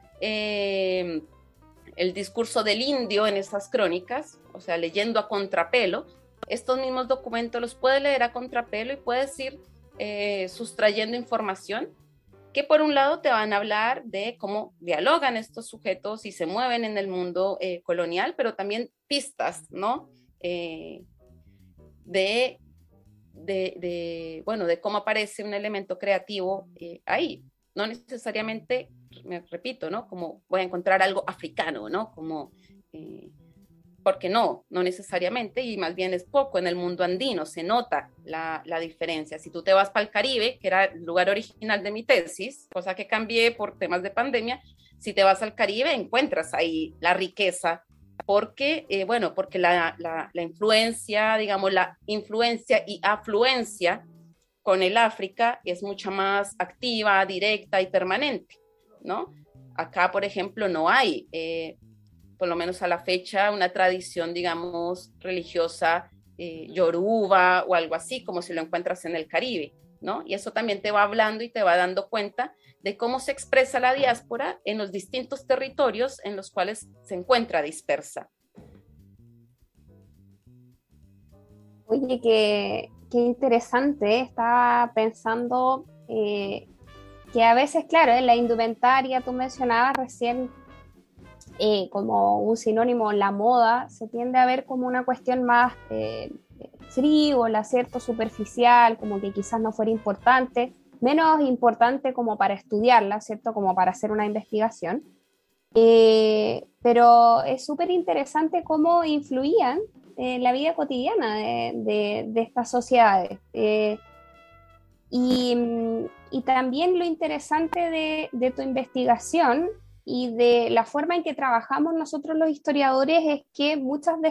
[SPEAKER 5] del indio en esas crónicas, o sea, leyendo a contrapelo. Estos mismos documentos los puedes leer a contrapelo y puedes ir sustrayendo información que por un lado te van a hablar de cómo dialogan estos sujetos y se mueven en el mundo colonial, pero también pistas, ¿no? Bueno, de cómo aparece un elemento creativo ahí. No necesariamente, me repito, ¿no? Como voy a encontrar algo africano, ¿no? Como, porque no necesariamente, y más bien es poco en el mundo andino, se nota la diferencia. Si tú te vas para el Caribe, que era el lugar original de mi tesis, cosa que cambié por temas de pandemia, si te vas al Caribe encuentras ahí la riqueza porque, porque la influencia, digamos, la influencia y afluencia con el África es mucho más activa, directa y permanente, ¿no? Acá, por ejemplo, no hay, por lo menos a la fecha, una tradición, digamos, religiosa yoruba o algo así, como si lo encuentras en el Caribe, ¿no? Y eso también te va hablando y te va dando cuenta de cómo se expresa la diáspora en los distintos territorios en los cuales se encuentra dispersa.
[SPEAKER 4] Oye, qué interesante. Estaba pensando que a veces, claro, en la indumentaria, tú mencionabas recién como un sinónimo, la moda, se tiende a ver como una cuestión más frívola, ¿cierto? Superficial, como que quizás no fuera importante, menos importante como para estudiarla, ¿cierto? Como para hacer una investigación. Pero es súper interesante cómo influían en la vida cotidiana de estas sociedades. Y también lo interesante de tu investigación y de la forma en que trabajamos nosotros los historiadores es que muchas de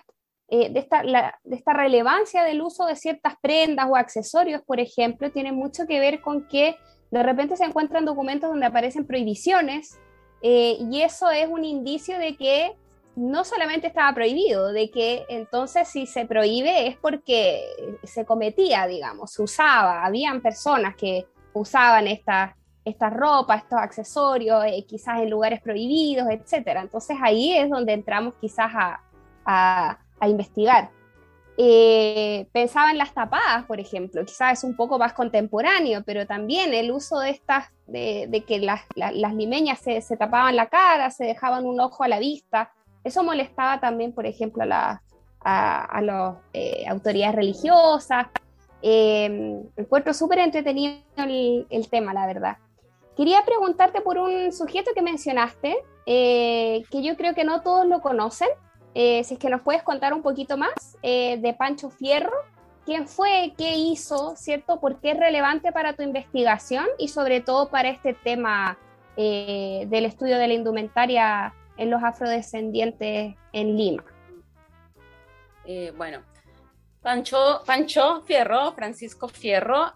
[SPEAKER 4] esta relevancia del uso de ciertas prendas o accesorios, por ejemplo, tiene mucho que ver con que de repente se encuentran documentos donde aparecen prohibiciones, y eso es un indicio de que no solamente estaba prohibido, de que entonces si se prohíbe es porque se cometía, digamos, se usaba, habían personas que usaban estas ropas, estos accesorios, quizás en lugares prohibidos, etcétera. Entonces ahí es donde entramos quizás a investigar. Pensaba en las tapadas, por ejemplo, quizás es un poco más contemporáneo, pero también el uso de de que las limeñas se tapaban la cara, se dejaban un ojo a la vista, eso molestaba también, por ejemplo, a las autoridades religiosas. Encuentro súper entretenido el tema, la verdad. Quería preguntarte por un sujeto que mencionaste, que yo creo que no todos lo conocen. Si es que nos puedes contar un poquito más de Pancho Fierro, quién fue, qué hizo, ¿cierto? ¿Por qué es relevante para tu investigación y sobre todo para este tema del estudio de la indumentaria en los afrodescendientes en Lima?
[SPEAKER 5] Bueno, Pancho Fierro, Francisco Fierro,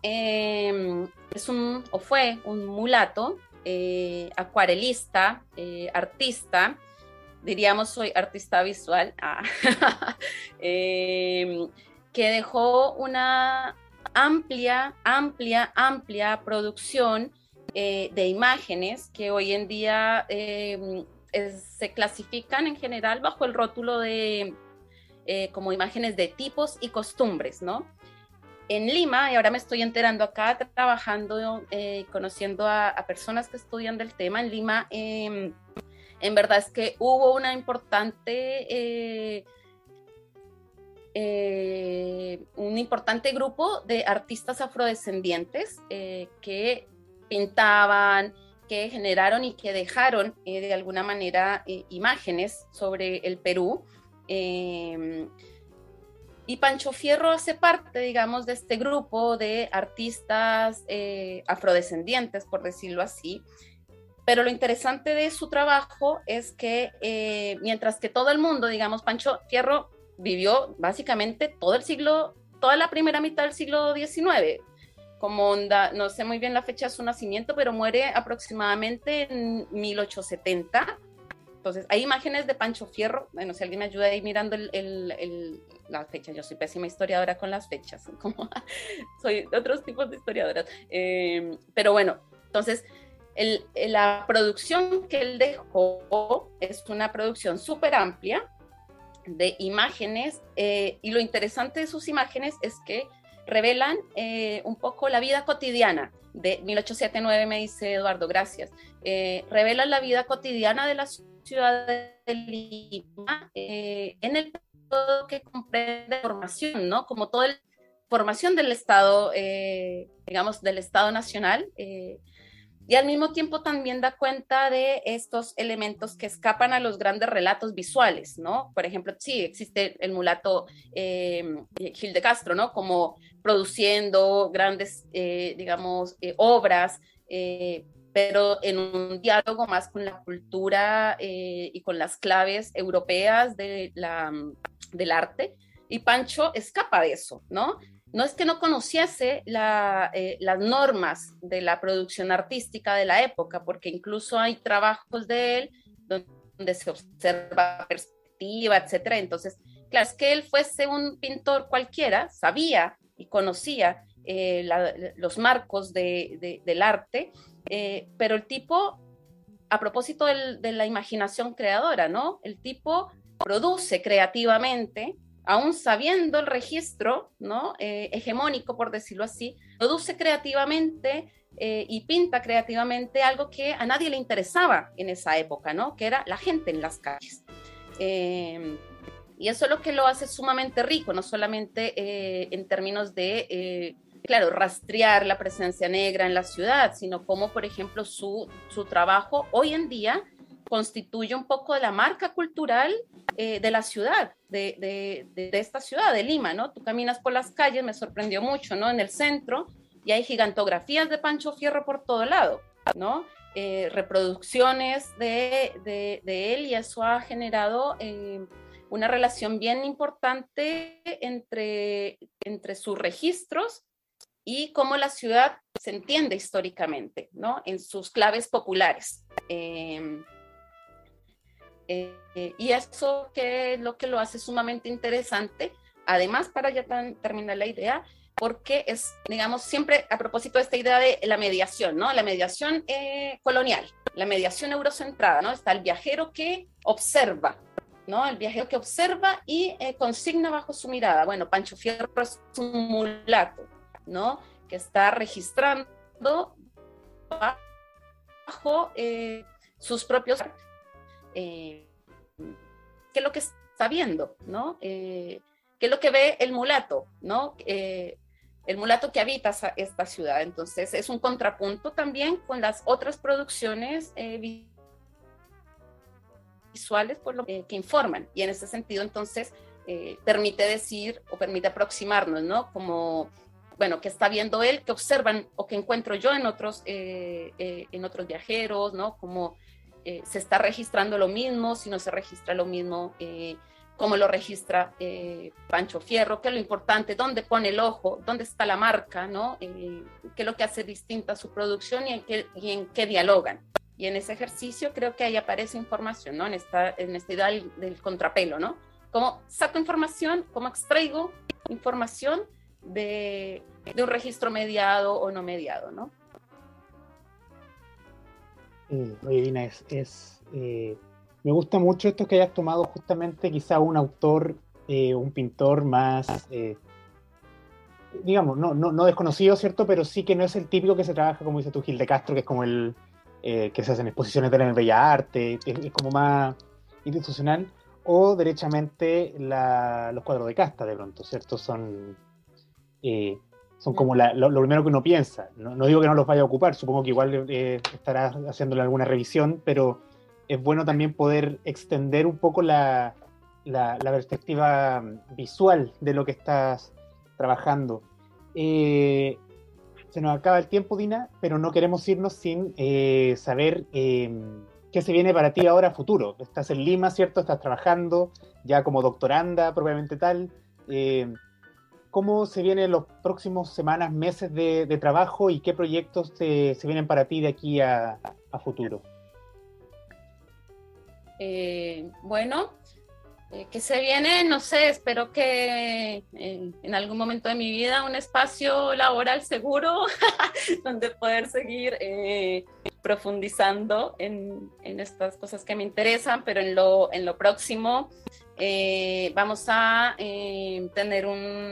[SPEAKER 5] fue un mulato, acuarelista, artista, diríamos soy artista visual, que dejó una amplia producción de imágenes que hoy en día se clasifican en general bajo el rótulo de como imágenes de tipos y costumbres, ¿no? En Lima, y ahora me estoy enterando acá, trabajando, conociendo a personas que estudian del tema, en Lima, en verdad es que hubo una un importante grupo de artistas afrodescendientes que pintaban, que generaron y que dejaron de alguna manera imágenes sobre el Perú. Y Pancho Fierro hace parte, digamos, de este grupo de artistas afrodescendientes, por decirlo así. Pero lo interesante de su trabajo es que mientras que todo el mundo, digamos, Pancho Fierro vivió básicamente toda la primera mitad del siglo XIX, como onda, no sé muy bien la fecha de su nacimiento, pero muere aproximadamente en 1870. Entonces, hay imágenes de Pancho Fierro. Bueno, si alguien me ayuda ahí mirando la fecha, yo soy pésima historiadora con las fechas, soy de otros tipos de historiadoras. Pero bueno, entonces, la producción que él dejó es una producción súper amplia de imágenes, y lo interesante de sus imágenes es que revelan un poco la vida cotidiana de 1879, me dice Eduardo, gracias. Revelan la vida cotidiana de la ciudad de Lima en el periodo que comprende formación, ¿no? Como toda la formación del Estado, digamos, del Estado Nacional, y al mismo tiempo también da cuenta de estos elementos que escapan a los grandes relatos visuales, ¿no? Por ejemplo, sí, existe el mulato Gil de Castro, ¿no? Como produciendo grandes, digamos, obras, pero en un diálogo más con la cultura y con las claves europeas del arte. Y Pancho escapa de eso, ¿no? No es que no conociese las normas de la producción artística de la época, porque incluso hay trabajos de él donde se observa perspectiva, etcétera. Entonces, claro, es que él fuese un pintor cualquiera, sabía y conocía los marcos del arte, pero el tipo, a propósito de la imaginación creadora, ¿no? El tipo produce creativamente, aún sabiendo el registro, ¿no? Hegemónico, por decirlo así, produce creativamente y pinta creativamente algo que a nadie le interesaba en esa época, ¿no? Que era la gente en las calles. Y eso es lo que lo hace sumamente rico, no solamente en términos de, claro, rastrear la presencia negra en la ciudad, sino como, por ejemplo, su trabajo hoy en día constituye un poco de la marca cultural de la ciudad, de esta ciudad, de Lima, ¿no? Tú caminas por las calles, me sorprendió mucho, ¿no? En el centro, y hay gigantografías de Pancho Fierro por todo lado, ¿no? Reproducciones de él, y eso ha generado una relación bien importante entre sus registros y cómo la ciudad se entiende históricamente, ¿no? En sus claves populares. Y eso que es lo que lo hace sumamente interesante, además, para ya terminar la idea, porque es, digamos, siempre a propósito de esta idea de la mediación, ¿no? La mediación colonial, la mediación eurocentrada, ¿no? Está el viajero que observa, ¿no? El viajero que observa y consigna bajo su mirada. Bueno, Pancho Fierro es un mulato, ¿no? Que está registrando bajo sus propios... ¿qué es lo que está viendo, ¿no? ¿Qué es lo que ve el mulato, ¿no? El mulato que habita esta ciudad. Entonces es un contrapunto también con las otras producciones visuales que informan, y en ese sentido entonces permite decir o permite aproximarnos, ¿no? Como, bueno, que está viendo él, que observan o que encuentro yo en otros viajeros, ¿no? Como se está registrando lo mismo, si no se registra lo mismo, cómo lo registra Pancho Fierro, qué es lo importante, dónde pone el ojo, dónde está la marca, ¿no? Qué es lo que hace distinta su producción y en qué dialogan. Y en ese ejercicio creo que ahí aparece información, ¿no? En esta idea del contrapelo, ¿no? Cómo saco información, cómo extraigo información de un registro mediado o no mediado, ¿no?
[SPEAKER 3] Oye, Dina, me gusta mucho esto que hayas tomado justamente quizá un autor, un pintor más, digamos, no desconocido, ¿cierto? Pero sí que no es el típico que se trabaja, como dices tú, Gil de Castro, que es como el que se hacen exposiciones de él en el Bellas Artes, es como más institucional, o derechamente los cuadros de casta, de pronto, ¿cierto? Son como lo primero que uno piensa. No digo que no los vaya a ocupar, supongo que igual estará haciéndole alguna revisión, pero es bueno también poder extender un poco la perspectiva visual de lo que estás trabajando. Se nos acaba el tiempo, Dina, pero no queremos irnos sin saber qué se viene para ti ahora a futuro. Estás en Lima, ¿cierto? Estás trabajando ya como doctoranda propiamente tal. ¿Cómo se vienen los próximos semanas, meses de trabajo, y qué proyectos se vienen para ti de aquí a futuro?
[SPEAKER 5] Bueno, ¿qué se viene? No sé, espero que en algún momento de mi vida un espacio laboral seguro donde poder seguir profundizando en estas cosas que me interesan, pero en lo próximo vamos a tener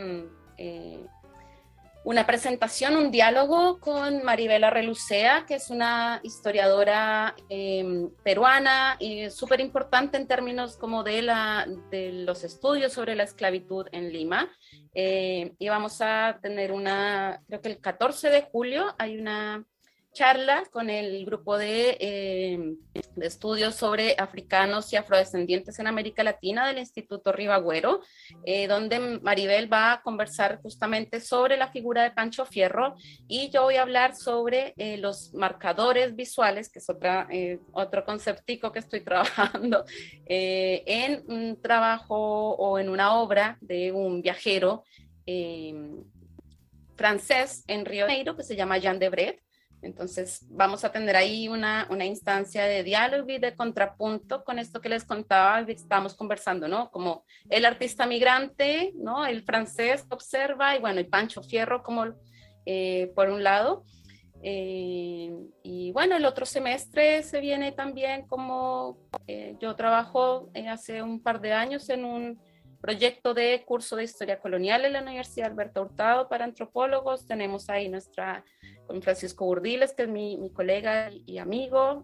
[SPEAKER 5] una presentación, un diálogo con Maribela Relucea, que es una historiadora peruana y súper importante en términos como de los estudios sobre la esclavitud en Lima. Y vamos a tener creo que el 14 de julio hay una charla con el grupo de estudios sobre africanos y afrodescendientes en América Latina del Instituto Ribagüero, donde Maribel va a conversar justamente sobre la figura de Pancho Fierro, y yo voy a hablar sobre los marcadores visuales, que es otro conceptico que estoy trabajando en un trabajo o en una obra de un viajero francés en Río de Janeiro que se llama Jean Debret. Entonces vamos a tener ahí una instancia de diálogo y de contrapunto con esto que les contaba, estamos conversando, ¿no? Como el artista migrante, ¿no? El francés observa, y bueno, el Pancho Fierro como por un lado. Y bueno, el otro semestre se viene también como yo trabajo hace un par de años en un proyecto de curso de historia colonial en la Universidad Alberto Hurtado para antropólogos. Tenemos ahí con Francisco Burdiles, que es mi colega y amigo,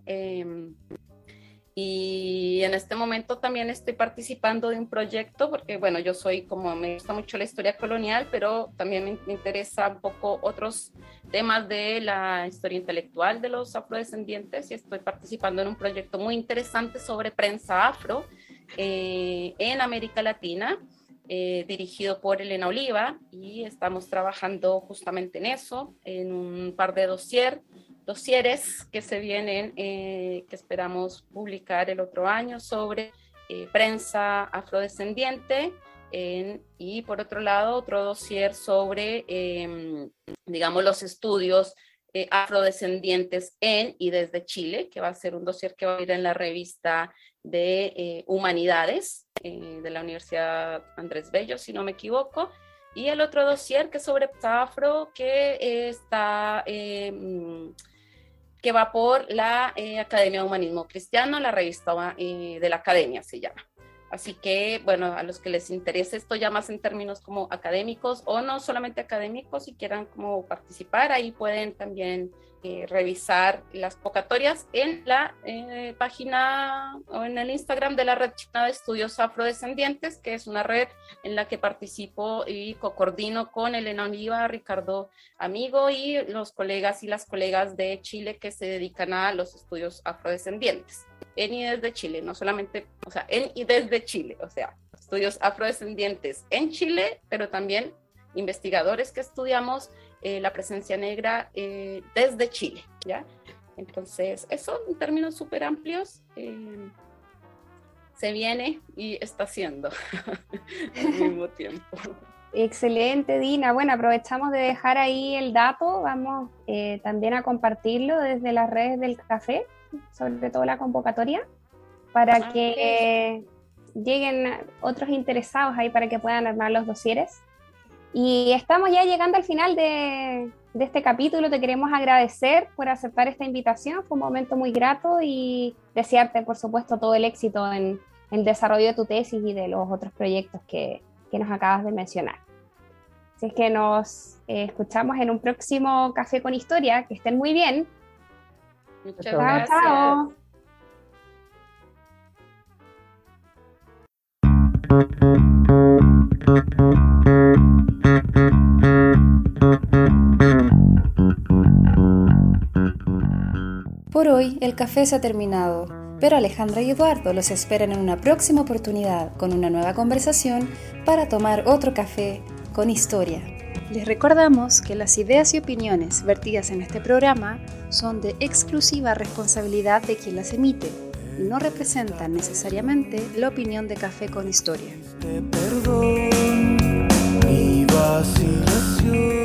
[SPEAKER 5] y en este momento también estoy participando de un proyecto, porque bueno, me gusta mucho la historia colonial, pero también me interesa un poco otros temas de la historia intelectual de los afrodescendientes, y estoy participando en un proyecto muy interesante sobre prensa afro en América Latina, dirigido por Elena Oliva, y estamos trabajando justamente en eso, en un par de dosieres que se vienen, que esperamos publicar el otro año sobre prensa afrodescendiente, y por otro lado otro dosier sobre, digamos, los estudios afrodescendientes en y desde Chile, que va a ser un dossier que va a ir en la revista de Humanidades de la Universidad Andrés Bello, si no me equivoco, y el otro dossier que es sobre afro, que que va por la Academia de Humanismo Cristiano, la revista de la Academia se llama. Así que, bueno, a los que les interese esto ya más en términos como académicos, o no solamente académicos, si quieran como participar, ahí pueden también revisar las convocatorias en la página o en el Instagram de la Red China de Estudios Afrodescendientes, que es una red en la que participo y coordino con Elena Oliva, Ricardo Amigo y los colegas y las colegas de Chile que se dedican a los estudios afrodescendientes. En y desde Chile, no solamente, o sea, en y desde Chile, o sea, estudios afrodescendientes en Chile, pero también investigadores que estudiamos la presencia negra desde Chile, ¿ya? Entonces, eso en términos súper amplios se viene y está haciendo al mismo tiempo.
[SPEAKER 4] Excelente, Dina. Bueno, aprovechamos de dejar ahí el dato, vamos también a compartirlo desde las redes del café, sobre todo la convocatoria, para que lleguen otros interesados ahí para que puedan armar los dosieres. Y estamos ya llegando al final de este capítulo. Te queremos agradecer por aceptar esta invitación, fue un momento muy grato, y desearte, por supuesto, todo el éxito en el desarrollo de tu tesis y de los otros proyectos que nos acabas de mencionar. Así es que nos escuchamos en un próximo Café con Historia. Que estén muy bien.
[SPEAKER 5] Muchas gracias. Chao.
[SPEAKER 1] Por hoy el café se ha terminado, pero Alejandra y Eduardo los esperan en una próxima oportunidad con una nueva conversación para tomar otro café con historia. Les recordamos que las ideas y opiniones vertidas en este programa son de exclusiva responsabilidad de quien las emite y no representan necesariamente la opinión de Café con Historia.
[SPEAKER 2] Perdón, mi vacilación.